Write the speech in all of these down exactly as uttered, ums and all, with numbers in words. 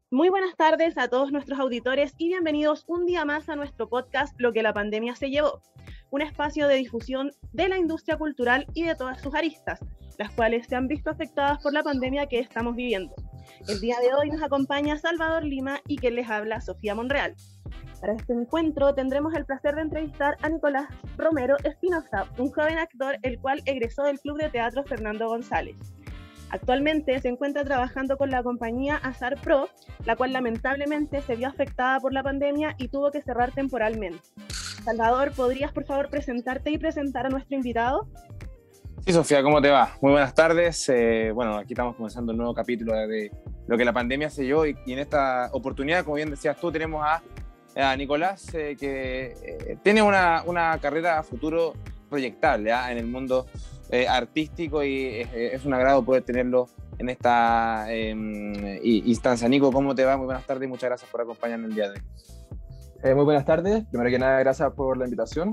Muy buenas tardes a todos nuestros auditores y bienvenidos un día más a nuestro podcast Lo que la pandemia se llevó, un espacio de difusión de la industria cultural y de todas sus aristas, las cuales se han visto afectadas por la pandemia que estamos viviendo. El día de hoy nos acompaña Salvador Lima y quien les habla, Sofía Monreal. Para este encuentro tendremos el placer de entrevistar a Nicolás Romero Espinosa, un joven actor el cual egresó del Club de Teatro Fernando González. Actualmente se encuentra trabajando con la compañía Azar Pro, la cual lamentablemente se vio afectada por la pandemia y tuvo que cerrar temporalmente. Salvador, ¿podrías por favor presentarte y presentar a nuestro invitado? Sí, Sofía, ¿cómo te va? Muy buenas tardes. Eh, bueno, aquí estamos comenzando un nuevo capítulo de Lo que la pandemia se llevó y, y en esta oportunidad, como bien decías tú, tenemos a, a Nicolás eh, que eh, tiene una, una carrera a futuro proyectable ¿eh? en el mundo eh, artístico y eh, es un agrado poder tenerlo en esta eh, instancia. Nico, ¿cómo te va? Muy buenas tardes y muchas gracias por acompañarnos el día de hoy. Eh, muy buenas tardes. Primero que nada, gracias por la invitación.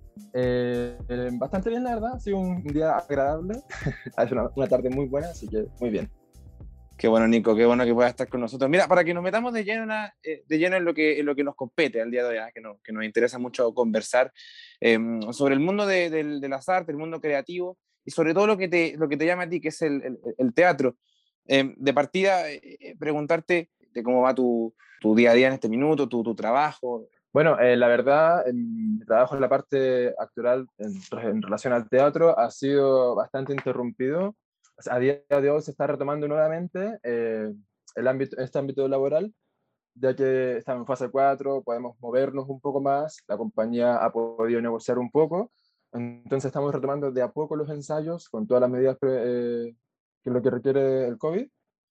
Eh, eh, bastante bien, la verdad. Ha sido un día agradable. Ha sido una, una tarde muy buena, así que muy bien. Qué bueno, Nico, qué bueno que puedas estar con nosotros. Mira, para que nos metamos de lleno, una, eh, de lleno en, lo que, en lo que nos compete al día de hoy, ¿eh? que, no, que nos interesa mucho conversar eh, sobre el mundo de, de, de las artes, el mundo creativo y sobre todo lo que te, lo que te llama a ti, que es el, el, el teatro. Eh, de partida, eh, preguntarte de cómo va tu, tu día a día en este minuto, tu, tu trabajo. Bueno, eh, la verdad, mi trabajo en la parte actoral en, en relación al teatro ha sido bastante interrumpido. O sea, a día de hoy se está retomando nuevamente eh, el ámbito, este ámbito laboral, ya que estamos en fase cuatro, podemos movernos un poco más, la compañía ha podido negociar un poco, entonces estamos retomando de a poco los ensayos con todas las medidas eh, que lo que requiere el COVID.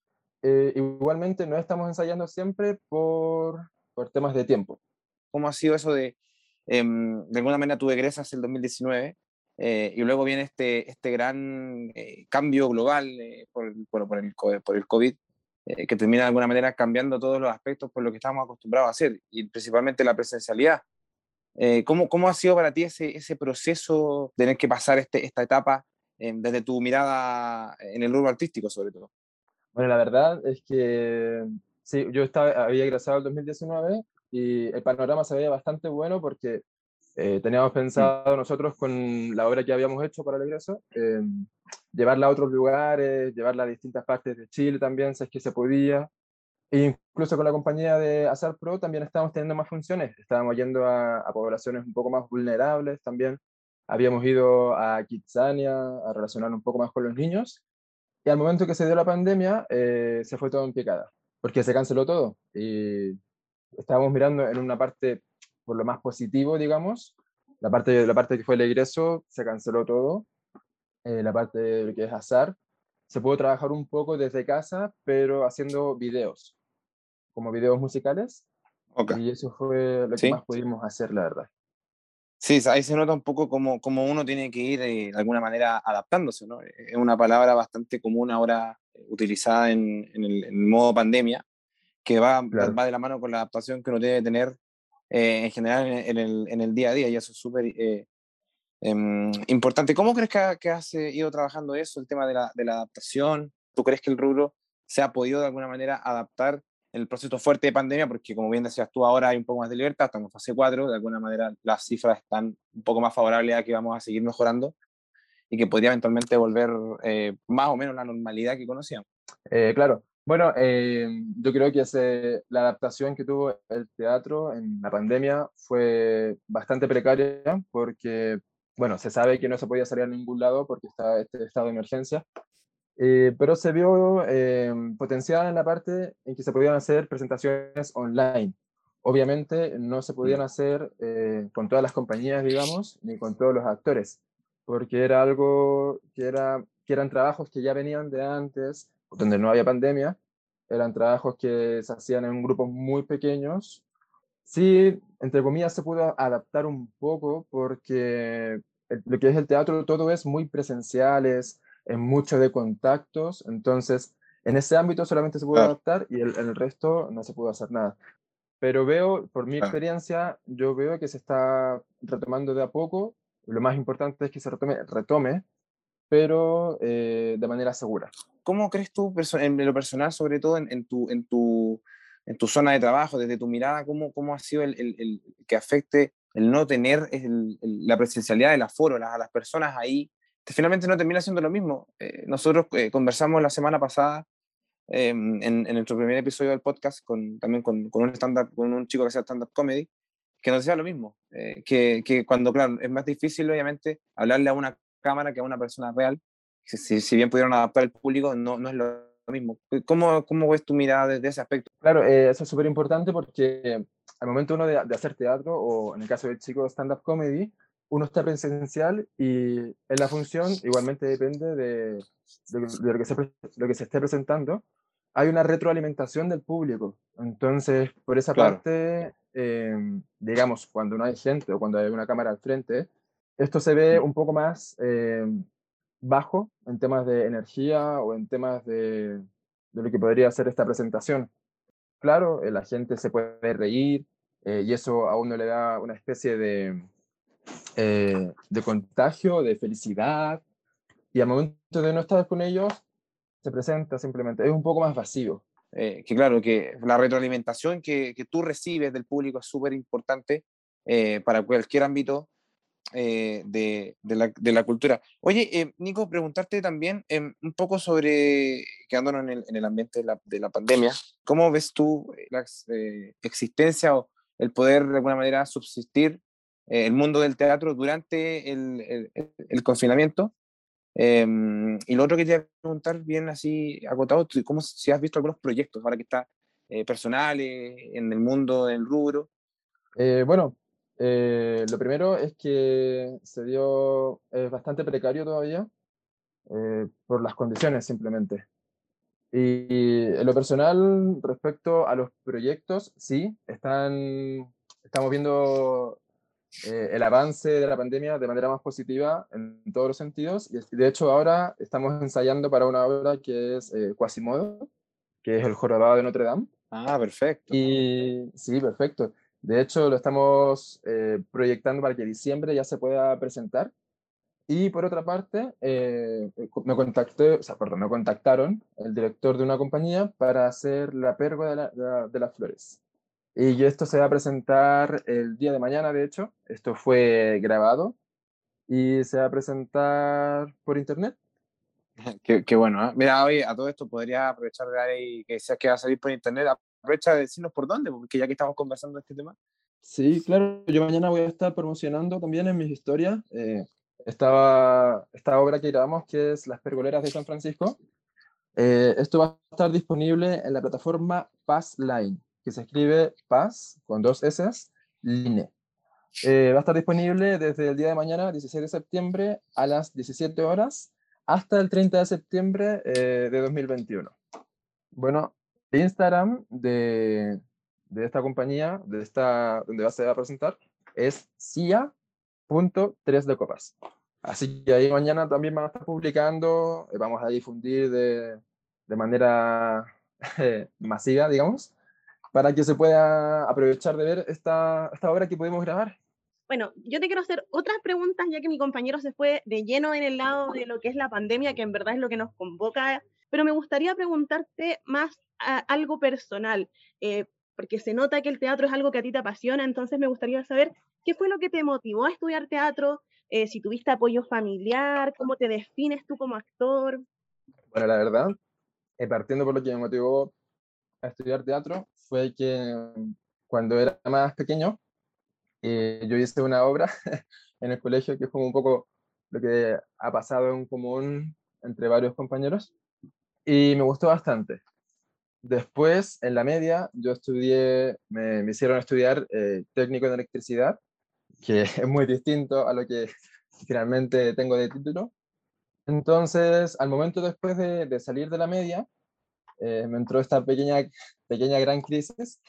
Eh, igualmente no estamos ensayando siempre por, por temas de tiempo. ¿Cómo ha sido eso de, eh, de alguna manera tú egresas el dos mil diecinueve eh, y luego viene este, este gran eh, cambio global eh, por, por, por, el, por el COVID, eh, que termina de alguna manera cambiando todos los aspectos por lo que estábamos acostumbrados a hacer, y principalmente la presencialidad? Eh, ¿cómo, ¿Cómo ha sido para ti ese, ese proceso, tener que pasar este, esta etapa eh, desde tu mirada en el rubro artístico sobre todo? Bueno, la verdad es que sí, yo estaba, había egresado el dos mil diecinueve y el panorama se veía bastante bueno porque eh, teníamos Mm. pensado nosotros con la obra que habíamos hecho para el egreso, eh, llevarla a otros lugares, llevarla a distintas partes de Chile también, si es que se podía. E incluso con la compañía de Azar Pro también estábamos teniendo más funciones, estábamos yendo a, a poblaciones un poco más vulnerables también. Habíamos ido a Kitsania a relacionarnos un poco más con los niños. Y al momento que se dio la pandemia, eh, se fue todo en picada, porque se canceló todo. Y estábamos mirando en una parte, por lo más positivo, digamos, la parte, la parte que fue el egreso, se canceló todo. Eh, la parte de lo que es azar, se pudo trabajar un poco desde casa, pero haciendo videos, como videos musicales. Okay. Y eso fue lo que ¿Sí? más pudimos hacer, la verdad. Sí, ahí se nota un poco cómo, cómo uno tiene que ir eh, de alguna manera adaptándose, ¿no? Es una palabra bastante común ahora eh, utilizada en, en, el, en el modo pandemia, que va, Claro. va de la mano con la adaptación que uno debe tener eh, en general en, en, el, en el día a día, y eso es súper eh, eh, importante. ¿Cómo crees que, ha, que has eh, ido trabajando eso, el tema de la, de la adaptación? ¿Tú crees que el rubro se ha podido de alguna manera adaptar en el proceso fuerte de pandemia? Porque como bien decías tú, ahora hay un poco más de libertad, estamos en fase cuatro, de alguna manera las cifras están un poco más favorables a que vamos a seguir mejorando y que podría eventualmente volver eh, más o menos la normalidad que conocíamos. Eh, claro. Bueno, eh, yo creo que ese, la adaptación que tuvo el teatro en la pandemia fue bastante precaria porque, bueno, se sabe que no se podía salir a ningún lado porque está este estado de emergencia, eh, pero se vio eh, potenciada en la parte en que se podían hacer presentaciones online. Obviamente no se podían hacer eh, con todas las compañías, digamos, ni con todos los actores, porque era algo que, era, que eran trabajos que ya venían de antes, donde no había pandemia, eran trabajos que se hacían en grupos muy pequeños. Sí, entre comillas, se pudo adaptar un poco porque el- lo que es el teatro, todo es muy presencial, es, es mucho de contactos, entonces en ese ámbito solamente se pudo Claro, adaptar y el, en el resto no se pudo hacer nada. Pero veo, por mi claro. experiencia, yo veo que se está retomando de a poco. Lo más importante es que se retome, retome, pero eh, de manera segura. ¿Cómo crees tú, en lo personal, sobre todo en, en, tu, en, tu, en tu zona de trabajo, desde tu mirada, cómo, cómo ha sido el, el, el que afecte el no tener el, el, la presencialidad del aforo, las, a las personas ahí, finalmente no termina siendo lo mismo. Eh, nosotros eh, conversamos la semana pasada eh, en, en nuestro primer episodio del podcast con, también con, con, un stand con un chico que hacía stand-up comedy, que nos decía lo mismo, eh, que, que cuando, claro, es más difícil obviamente hablarle a una cámara que a una persona real, si, si bien pudieron adaptar el público, no, no es lo mismo. ¿Cómo, cómo ves tu mirada desde ese aspecto? Claro, eh, eso es súper importante porque al momento uno de, de hacer teatro, o en el caso del chico stand-up comedy, uno está presencial y en la función igualmente depende de, de, de lo, que se, lo que se esté presentando. Hay una retroalimentación del público. Entonces, por esa Claro. parte, eh, digamos, cuando no hay gente o cuando hay una cámara al frente, esto se ve un poco más eh, bajo en temas de energía o en temas de, de lo que podría ser esta presentación. Claro, eh, la gente se puede reír eh, y eso a uno le da una especie de, eh, de contagio, de felicidad, y al momento de no estar con ellos, se presenta simplemente, es un poco más vacío. Eh, que claro, que la retroalimentación que, que tú recibes del público es súper importante eh, para cualquier ámbito eh, de, de, la, de la cultura. Oye, eh, Nico, preguntarte también eh, un poco sobre, quedándonos en el, en el ambiente de la, de la pandemia, ¿cómo ves tú la eh, existencia o el poder de alguna manera subsistir eh, el mundo del teatro durante el, el, el, el confinamiento? Eh, y lo otro que te iba a preguntar, bien así acotado, ¿cómo, si has visto algunos proyectos ahora que está eh, personales, en el mundo, en el rubro? Eh, bueno, eh, lo primero es que se dio, es bastante precario todavía, eh, por las condiciones simplemente. Y en lo personal, respecto a los proyectos, sí, están, estamos viendo eh, el avance de la pandemia de manera más positiva en todos los sentidos. Y de hecho ahora estamos ensayando para una obra que es eh, Quasimodo, que es el jorobado de Notre Dame. Ah, perfecto. Y sí, perfecto. De hecho, lo estamos eh, proyectando para que diciembre ya se pueda presentar. Y por otra parte, eh, me contacté, o sea, perdón, me contactaron el director de una compañía para hacer la pérgola de, la, de, la, de las flores. Y esto se va a presentar el día de mañana, de hecho. Esto fue grabado y se va a presentar por internet. Qué, qué bueno, ¿eh? Mira, hoy a todo esto podría aprovechar de ahí que decías que va a salir por internet, aprovecha de decirnos por dónde, porque ya que estamos conversando de este tema. Sí, claro, yo mañana voy a estar promocionando también en mis historias eh, esta, esta obra que grabamos, que es Las Pergoleras de San Francisco. Eh, esto va a estar disponible en la plataforma Passline, que se escribe Pass con dos S, Line. Eh, va a estar disponible desde el día de mañana, dieciséis de septiembre, a las diecisiete horas, hasta el treinta de septiembre eh, de dos mil veintiuno. Bueno, el Instagram de, de esta compañía, de esta, donde va a ser a presentar, es cia punto tres de copas. Así que ahí mañana también van a estar publicando, eh, vamos a difundir de, de manera eh, masiva, digamos, para que se pueda aprovechar de ver esta, esta obra que pudimos grabar. Bueno, yo te quiero hacer otras preguntas, ya que mi compañero se fue de lleno en el lado de lo que es la pandemia, que en verdad es lo que nos convoca, pero me gustaría preguntarte más a algo personal, eh, porque se nota que el teatro es algo que a ti te apasiona, entonces me gustaría saber qué fue lo que te motivó a estudiar teatro, eh, si tuviste apoyo familiar, cómo te defines tú como actor. Bueno, la verdad, eh, partiendo por lo que me motivó a estudiar teatro, fue que cuando era más pequeño, eh, yo hice una obra en el colegio que es como un poco lo que ha pasado en común entre varios compañeros y me gustó bastante. Después, en la media, yo estudié, me, me hicieron estudiar eh, técnico en electricidad, que es muy distinto a lo que finalmente tengo de título. Entonces, al momento después de, de salir de la media, eh, me entró esta pequeña, pequeña gran crisis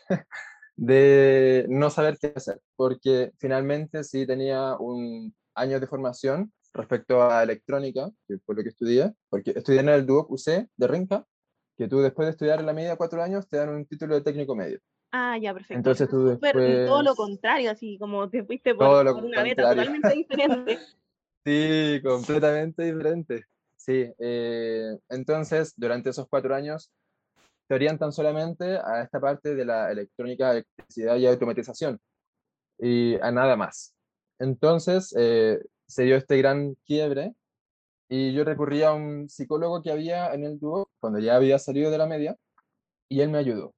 de no saber qué hacer, porque finalmente sí tenía un año de formación respecto a electrónica, que fue lo que estudié, porque estudié en el Duoc U C de Renca, que tú después de estudiar en la media cuatro años te dan un título de técnico medio. Ah, ya, perfecto. Entonces tú Súper, todo lo después, contrario, así como te fuiste por, todo por lo una beta contrario. totalmente diferente. Sí, completamente diferente. Sí, eh, entonces durante esos cuatro años te orientan solamente a esta parte de la electrónica, electricidad y automatización, y a nada más. Entonces, eh, se dio este gran quiebre, y yo recurrí a un psicólogo que había en el dúo, cuando ya había salido de la media, y él me ayudó.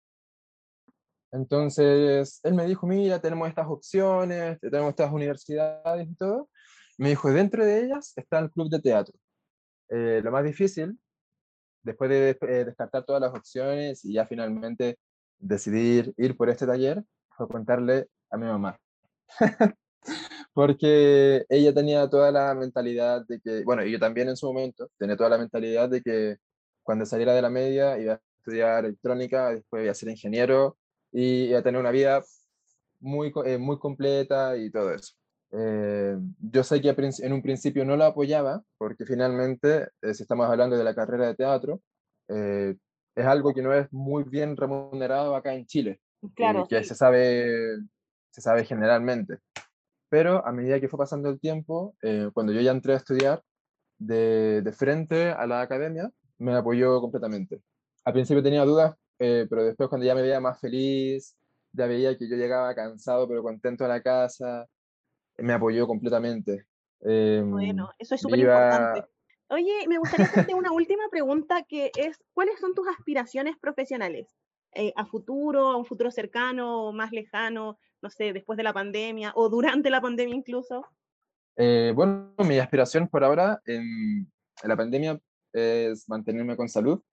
Entonces, él me dijo, mira, tenemos estas opciones, tenemos estas universidades y todo. Me dijo, dentro de ellas está el club de teatro. Eh, lo más difícil, después de eh, descartar todas las opciones y ya finalmente decidir ir por este taller, fue contarle a mi mamá. Porque ella tenía toda la mentalidad de que, bueno, y yo también en su momento, tenía toda la mentalidad de que cuando saliera de la media iba a estudiar electrónica, después iba a ser ingeniero y iba a tener una vida muy, co- eh, muy completa y todo eso. Eh, yo sé que a prin- en un principio no la apoyaba, porque finalmente, eh, si estamos hablando de la carrera de teatro, eh, es algo que no es muy bien remunerado acá en Chile, y Claro, que sí. se sabe, se sabe generalmente. Pero a medida que fue pasando el tiempo, eh, cuando yo ya entré a estudiar de, de frente a la academia, me apoyó completamente. Al principio tenía dudas, eh, pero después cuando ya me veía más feliz, ya veía que yo llegaba cansado pero contento a la casa, me apoyó completamente. Eh, Bueno, eso es me súper importante. iba, Oye, me gustaría hacerte una última pregunta que es, ¿cuáles son tus aspiraciones profesionales? Eh, ¿a futuro, a un futuro cercano o más lejano, no sé, después de la pandemia o durante la pandemia incluso? eh, bueno, mi aspiración por ahora en, en la pandemia es mantenerme con salud.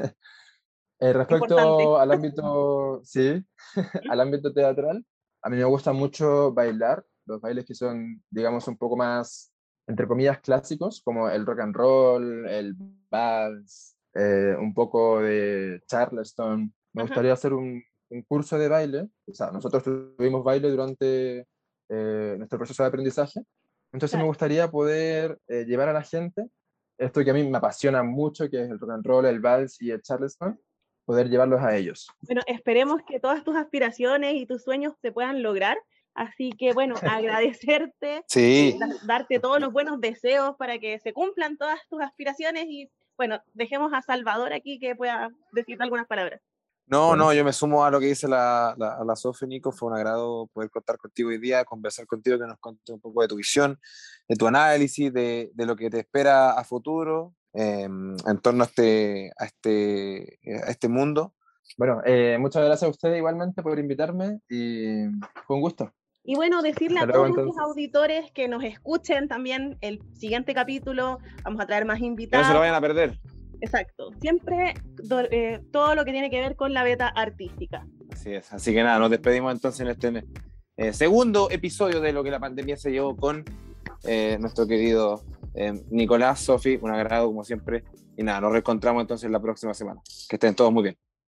Eh, Importante. respecto al ámbito, sí, al ámbito teatral, a mí me gusta mucho bailar, los bailes que son, digamos, un poco más, entre comillas, clásicos, como el rock and roll, el vals, eh, un poco de Charleston. Me Ajá, gustaría hacer un, un curso de baile, o sea, nosotros tuvimos baile durante eh, nuestro proceso de aprendizaje, entonces me claro. gustaría poder eh, llevar a la gente esto que a mí me apasiona mucho, que es el rock and roll, el vals y el Charleston, poder llevarlos a ellos. Bueno, esperemos que todas tus aspiraciones y tus sueños se puedan lograr. Así que, bueno, agradecerte, eh, Sí, da- darte todos los buenos deseos para que se cumplan todas tus aspiraciones y, bueno, dejemos a Salvador aquí que pueda decirte algunas palabras. no, no, Bueno, yo me sumo a lo que dice la, la, la Sofi, Nico. Fue un agrado poder contar contigo hoy día, conversar contigo, que nos contes un poco de tu visión, de tu análisis, de, de lo que te espera a futuro eh, en torno a este, a este, a este mundo. bueno eh, muchas gracias a ustedes igualmente por invitarme y fue un gusto. Y bueno, decirle Hasta a luego todos nuestros entonces. auditores que nos escuchen también el siguiente capítulo. Vamos a traer más Que no se invitados. lo vayan a perder. Exacto. Siempre do, eh, todo lo que tiene que ver con la beta artística. Así es. Así que nada, nos despedimos entonces en este eh, segundo episodio de Lo que la pandemia se llevó con eh, nuestro querido eh, Nicolás, Sofi. Un agrado como siempre. Y nada, nos reencontramos entonces la próxima semana. Que estén todos muy bien.